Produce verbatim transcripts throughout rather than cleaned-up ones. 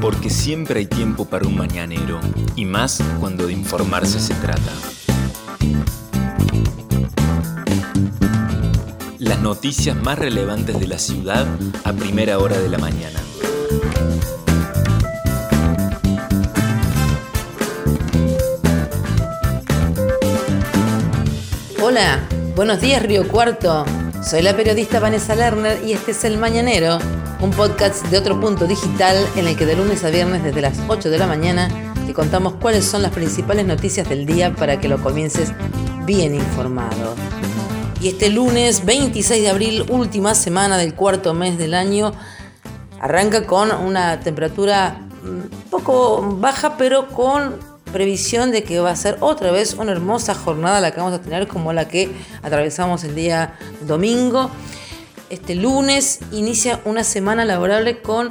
Porque siempre hay tiempo para un mañanero, y más cuando de informarse se trata. Las noticias más relevantes de la ciudad a primera hora de la mañana. Hola, buenos días Río Cuarto. Soy la periodista Vanessa Lerner y este es El Mañanero, un podcast de Otro Punto Digital en el que de lunes a viernes desde las ocho de la mañana te contamos cuáles son las principales noticias del día para que lo comiences bien informado. Y este lunes veintiséis de abril, última semana del cuarto mes del año, arranca con una temperatura un poco baja, pero con previsión de que va a ser otra vez una hermosa jornada la que vamos a tener, como la que atravesamos el día domingo. Este lunes inicia una semana laborable con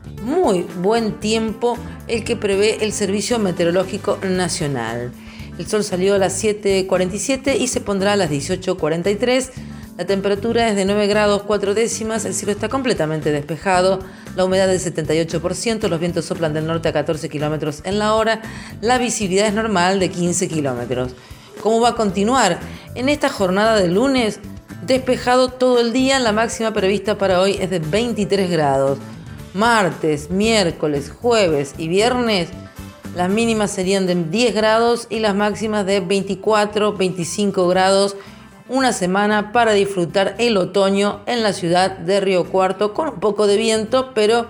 muy buen tiempo, el que prevé el Servicio Meteorológico Nacional. El sol salió a las siete cuarenta y siete y se pondrá a las dieciocho cuarenta y tres. La temperatura es de nueve grados cuatro décimas, el cielo está completamente despejado, la humedad del setenta y ocho por ciento, los vientos soplan del norte a catorce kilómetros en la hora, la visibilidad es normal de quince kilómetros. ¿Cómo va a continuar? En esta jornada de lunes, despejado todo el día, la máxima prevista para hoy es de veintitrés grados. Martes, miércoles, jueves y viernes, las mínimas serían de diez grados y las máximas de veinticuatro, veinticinco grados. Una semana para disfrutar el otoño en la ciudad de Río Cuarto, con un poco de viento, pero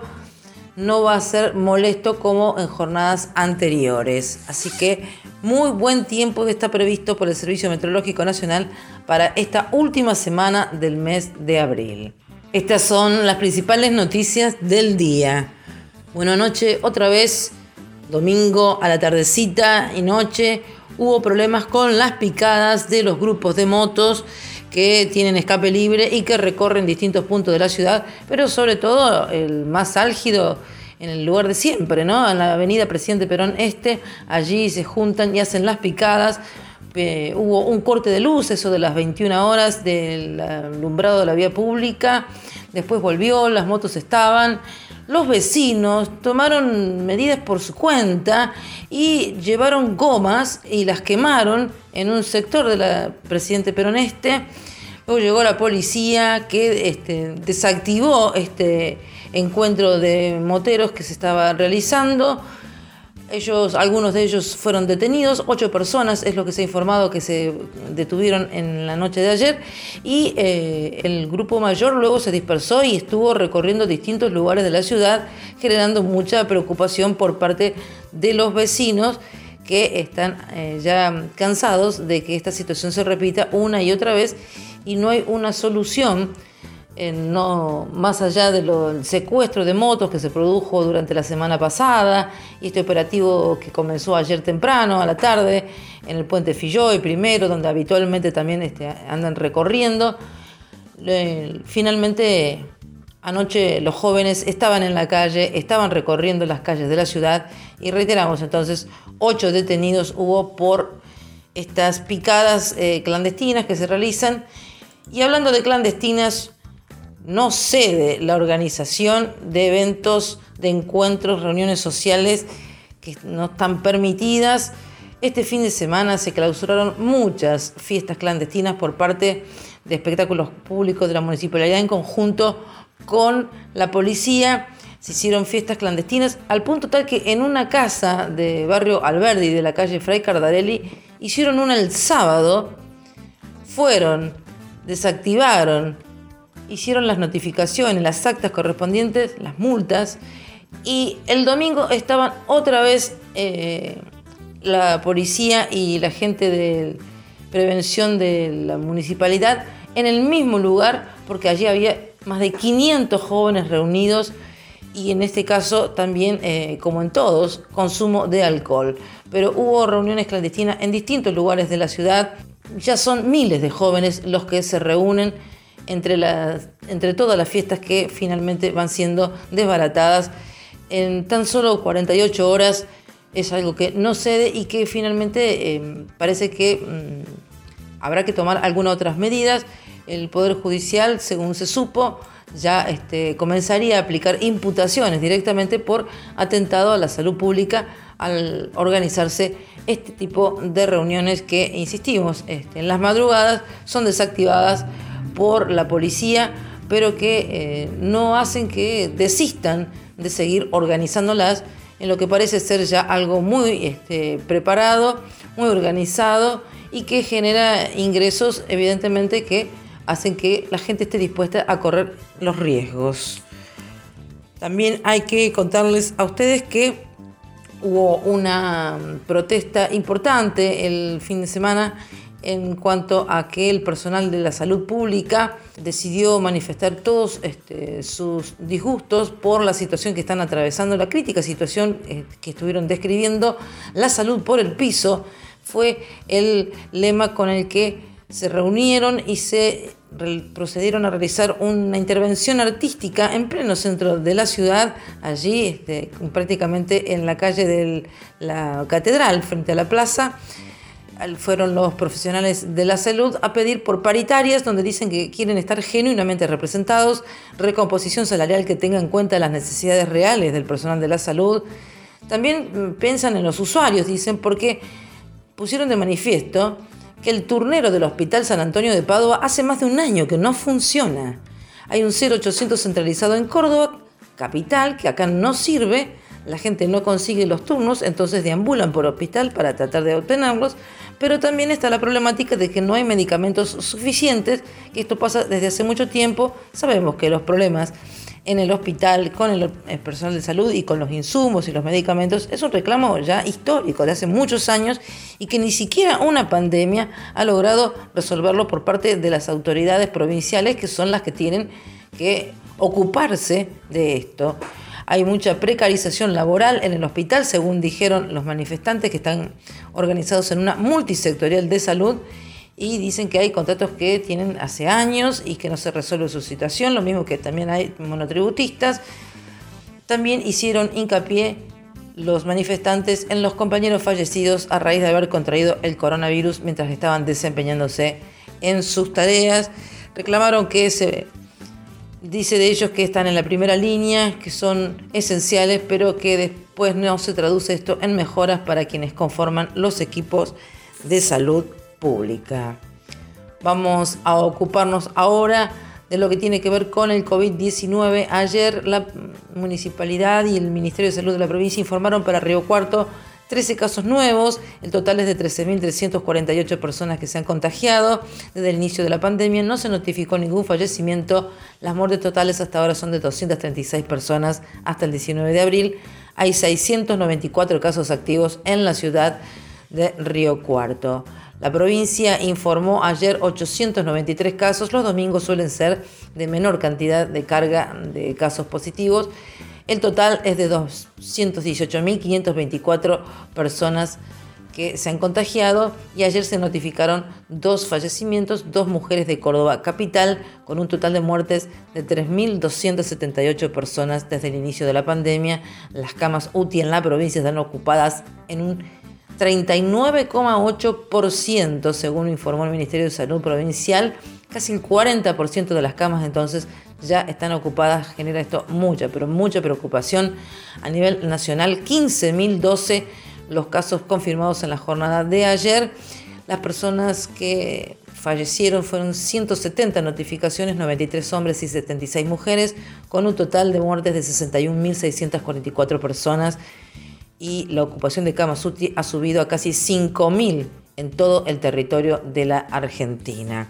no va a ser molesto como en jornadas anteriores. Así que muy buen tiempo está previsto por el Servicio Meteorológico Nacional para esta última semana del mes de abril. Estas son las principales noticias del día. Buenas noches, otra vez, domingo a la tardecita y noche. Hubo problemas con las picadas de los grupos de motos que tienen escape libre y que recorren distintos puntos de la ciudad, pero sobre todo el más álgido en el lugar de siempre, ¿no? En la avenida Presidente Perón Este, allí se juntan y hacen las picadas. Eh, hubo un corte de luz, eso de las veintiuna horas del alumbrado de la vía pública, después volvió, las motos estaban. Los vecinos tomaron medidas por su cuenta y llevaron gomas y las quemaron en un sector de la Presidente Perón Este. Luego llegó la policía que este, desactivó este encuentro de moteros que se estaba realizando. Ellos, algunos de ellos fueron detenidos, ocho personas es lo que se ha informado que se detuvieron en la noche de ayer, y eh, el grupo mayor luego se dispersó y estuvo recorriendo distintos lugares de la ciudad, generando mucha preocupación por parte de los vecinos que están eh, ya cansados de que esta situación se repita una y otra vez y no hay una solución. Eh, no, más allá del secuestro de motos que se produjo durante la semana pasada y este operativo que comenzó ayer temprano, a la tarde, en el puente Filloy primero, donde habitualmente también este, andan recorriendo. Eh, finalmente, anoche los jóvenes estaban en la calle, estaban recorriendo las calles de la ciudad y reiteramos entonces, ocho detenidos hubo por estas picadas eh, clandestinas que se realizan. Y hablando de clandestinas, no cede la organización de eventos, de encuentros, reuniones sociales que no están permitidas. Este fin de semana se clausuraron muchas fiestas clandestinas por parte de espectáculos públicos de la municipalidad en conjunto con la policía. Se hicieron fiestas clandestinas al punto tal que en una casa de barrio Alberdi de la calle Fray Cardarelli hicieron una el sábado, fueron, desactivaron, hicieron las notificaciones, las actas correspondientes, las multas, y el domingo estaban otra vez eh, la policía y la gente de prevención de la municipalidad en el mismo lugar, porque allí había más de quinientos jóvenes reunidos y en este caso también, eh, como en todos, consumo de alcohol. Pero hubo reuniones clandestinas en distintos lugares de la ciudad. Ya son miles de jóvenes los que se reúnen entre, las, entre todas las fiestas que finalmente van siendo desbaratadas en tan solo cuarenta y ocho horas. Es algo que no cede y que finalmente eh, parece que mmm, habrá que tomar algunas otras medidas. El Poder Judicial, según se supo, ya este, comenzaría a aplicar imputaciones directamente por atentado a la salud pública al organizarse este tipo de reuniones que, insistimos, este, en las madrugadas son desactivadas por la policía, pero que eh, no hacen que desistan de seguir organizándolas en lo que parece ser ya algo muy este, preparado, muy organizado y que genera ingresos, evidentemente, que hacen que la gente esté dispuesta a correr los riesgos. También hay que contarles a ustedes que hubo una protesta importante el fin de semana en cuanto a que el personal de la salud pública decidió manifestar todos este, sus disgustos por la situación que están atravesando, la crítica situación eh, que estuvieron describiendo. La salud por el piso fue el lema con el que se reunieron y se re- procedieron a realizar una intervención artística en pleno centro de la ciudad, allí este, prácticamente en la calle de la Catedral, frente a la plaza. Fueron los profesionales de la salud a pedir por paritarias, donde dicen que quieren estar genuinamente representados, recomposición salarial que tenga en cuenta las necesidades reales del personal de la salud. También piensan en los usuarios, dicen, porque pusieron de manifiesto que el turnero del Hospital San Antonio de Padua hace más de un año que no funciona. Hay un cero ochocientos centralizado en Córdoba, capital, que acá no sirve. La gente no consigue los turnos, entonces deambulan por hospital para tratar de obtenerlos, pero también está la problemática de que no hay medicamentos suficientes, que esto pasa desde hace mucho tiempo. Sabemos que los problemas en el hospital, con el personal de salud y con los insumos y los medicamentos, es un reclamo ya histórico de hace muchos años y que ni siquiera una pandemia ha logrado resolverlo por parte de las autoridades provinciales, que son las que tienen que ocuparse de esto. Hay mucha precarización laboral en el hospital, según dijeron los manifestantes que están organizados en una multisectorial de salud, y dicen que hay contratos que tienen hace años y que no se resuelve su situación, lo mismo que también hay monotributistas. También hicieron hincapié los manifestantes en los compañeros fallecidos a raíz de haber contraído el coronavirus mientras estaban desempeñándose en sus tareas. Reclamaron que se dice de ellos que están en la primera línea, que son esenciales, pero que después no se traduce esto en mejoras para quienes conforman los equipos de salud pública. Vamos a ocuparnos ahora de lo que tiene que ver con el covid diecinueve. Ayer la Municipalidad y el Ministerio de Salud de la provincia informaron para Río Cuarto trece casos nuevos. El total es de trece mil trescientas cuarenta y ocho personas que se han contagiado. Desde el inicio de la pandemia no se notificó ningún fallecimiento. Las muertes totales hasta ahora son de doscientas treinta y seis personas hasta el diecinueve de abril. Hay seiscientos noventa y cuatro casos activos en la ciudad de Río Cuarto. La provincia informó ayer ochocientos noventa y tres casos. Los domingos suelen ser de menor cantidad de carga de casos positivos. El total es de doscientos dieciocho mil quinientas veinticuatro personas que se han contagiado, y ayer se notificaron dos fallecimientos, dos mujeres de Córdoba capital, con un total de muertes de tres mil doscientas setenta y ocho personas desde el inicio de la pandemia. Las camas U T I en la provincia están ocupadas en un treinta y nueve coma ocho por ciento, según informó el Ministerio de Salud Provincial. Casi el cuarenta por ciento de las camas entonces ya están ocupadas. Genera esto mucha, pero mucha preocupación a nivel nacional. quince mil doce los casos confirmados en la jornada de ayer. Las personas que fallecieron fueron ciento setenta notificaciones, noventa y tres hombres y setenta y seis mujeres, con un total de muertes de sesenta y un mil seiscientas cuarenta y cuatro personas. Y la ocupación de camas U T I ha subido a casi cinco mil en todo el territorio de la Argentina.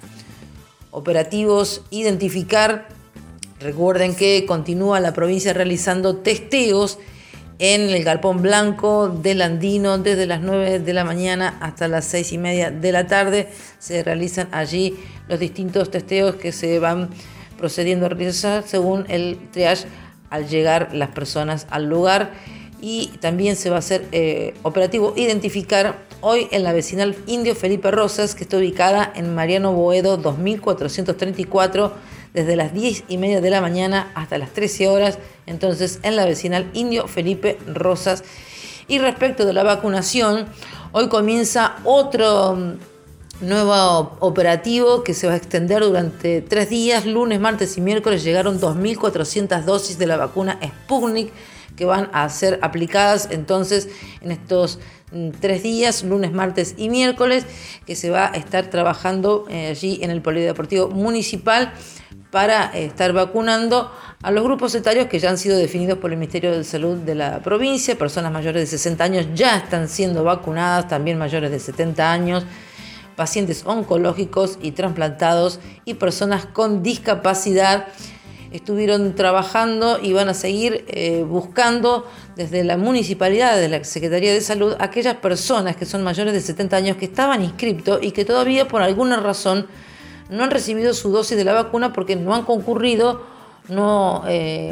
Operativos identificar. Recuerden que continúa la provincia realizando testeos en el Galpón Blanco del Andino desde las nueve de la mañana hasta las seis y media de la tarde. Se realizan allí los distintos testeos que se van procediendo a realizar según el triage al llegar las personas al lugar. Y también se va a hacer eh, operativo identificar hoy en la vecinal Indio Felipe Rosas, que está ubicada en Mariano Boedo dos mil cuatrocientos treinta y cuatro, desde las diez y media de la mañana hasta las trece horas, entonces en la vecinal Indio Felipe Rosas. Y respecto de la vacunación, hoy comienza otro nuevo operativo que se va a extender durante tres días. Lunes, martes y miércoles llegaron dos mil cuatrocientas dosis de la vacuna Sputnik que van a ser aplicadas entonces en estos tres días, lunes, martes y miércoles, que se va a estar trabajando eh, allí en el Polideportivo Municipal para eh, estar vacunando a los grupos etarios que ya han sido definidos por el Ministerio de Salud de la provincia. Personas mayores de sesenta años ya están siendo vacunadas, también mayores de setenta años, pacientes oncológicos y trasplantados y personas con discapacidad. Estuvieron trabajando y van a seguir eh, buscando desde la municipalidad, de la Secretaría de Salud, aquellas personas que son mayores de setenta años que estaban inscriptos y que todavía por alguna razón no han recibido su dosis de la vacuna porque no han concurrido, no eh,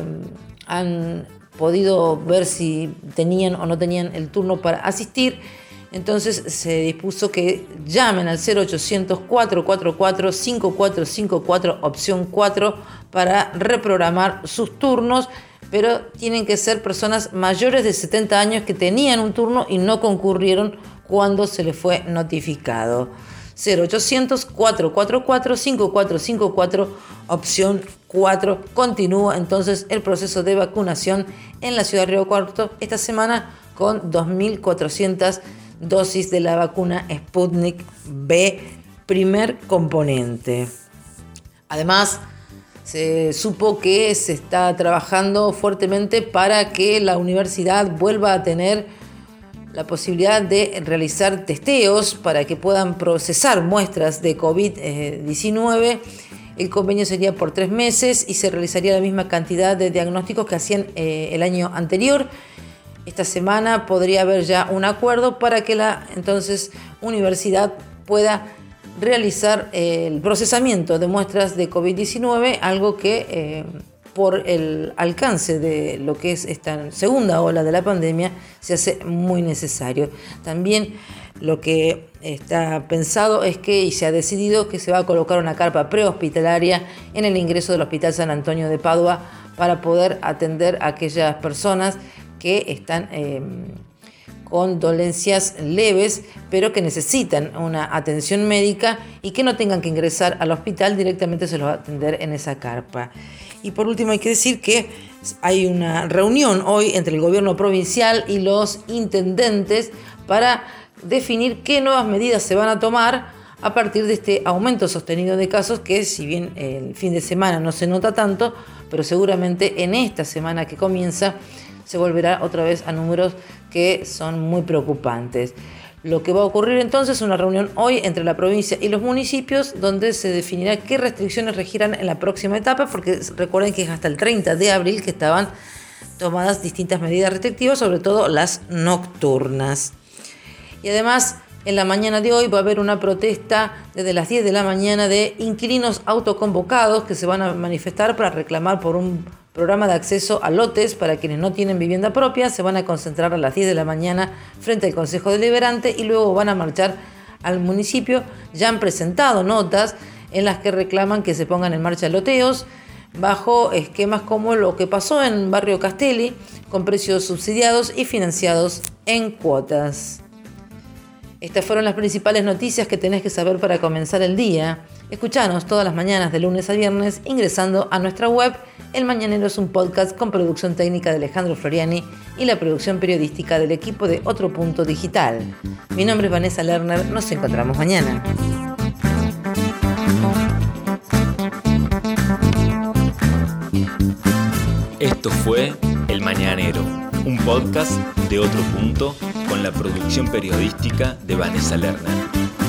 han podido ver si tenían o no tenían el turno para asistir. Entonces se dispuso que llamen al cero ochocientos, cuatro cuatro cuatro, cinco cuatro cinco cuatro, opción cuatro, para reprogramar sus turnos, pero tienen que ser personas mayores de setenta años que tenían un turno y no concurrieron cuando se les fue notificado. cero ochocientos, cuatro cuatro cuatro, cinco cuatro cinco cuatro, opción cuatro. Continúa entonces el proceso de vacunación en la ciudad de Río Cuarto esta semana con dos mil cuatrocientas dosis de la vacuna Sputnik B, primer componente. Además, se supo que se está trabajando fuertemente para que la universidad vuelva a tener la posibilidad de realizar testeos para que puedan procesar muestras de covid diecinueve. El convenio sería por tres meses y se realizaría la misma cantidad de diagnósticos que hacían eh, el año anterior. Esta semana podría haber ya un acuerdo para que la entonces universidad pueda realizar eh, el procesamiento de muestras de covid diecinueve, algo que eh, por el alcance de lo que es esta segunda ola de la pandemia se hace muy necesario. También lo que está pensado es que, y se ha decidido, que se va a colocar una carpa prehospitalaria en el ingreso del Hospital San Antonio de Padua para poder atender a aquellas personas que están eh, con dolencias leves, pero que necesitan una atención médica y que no tengan que ingresar al hospital, directamente se los va a atender en esa carpa. Y por último hay que decir que hay una reunión hoy entre el gobierno provincial y los intendentes para definir qué nuevas medidas se van a tomar a partir de este aumento sostenido de casos que, si bien el fin de semana no se nota tanto, pero seguramente en esta semana que comienza se volverá otra vez a números que son muy preocupantes. Lo que va a ocurrir entonces es una reunión hoy entre la provincia y los municipios donde se definirá qué restricciones regirán en la próxima etapa, porque recuerden que es hasta el treinta de abril que estaban tomadas distintas medidas restrictivas, sobre todo las nocturnas. Y además, en la mañana de hoy va a haber una protesta desde las diez de la mañana de inquilinos autoconvocados que se van a manifestar para reclamar por un programa de acceso a lotes para quienes no tienen vivienda propia. Se van a concentrar a las diez de la mañana frente al Consejo Deliberante y luego van a marchar al municipio. Ya han presentado notas en las que reclaman que se pongan en marcha loteos bajo esquemas como lo que pasó en Barrio Castelli, con precios subsidiados y financiados en cuotas. Estas fueron las principales noticias que tenés que saber para comenzar el día. Escuchanos todas las mañanas de lunes a viernes ingresando a nuestra web. El Mañanero es un podcast con producción técnica de Alejandro Floriani y la producción periodística del equipo de Otro Punto Digital. Mi nombre es Vanessa Lerner. Nos encontramos mañana. Esto fue El Mañanero, un podcast de Otro Punto con la producción periodística de Vanessa Lerner.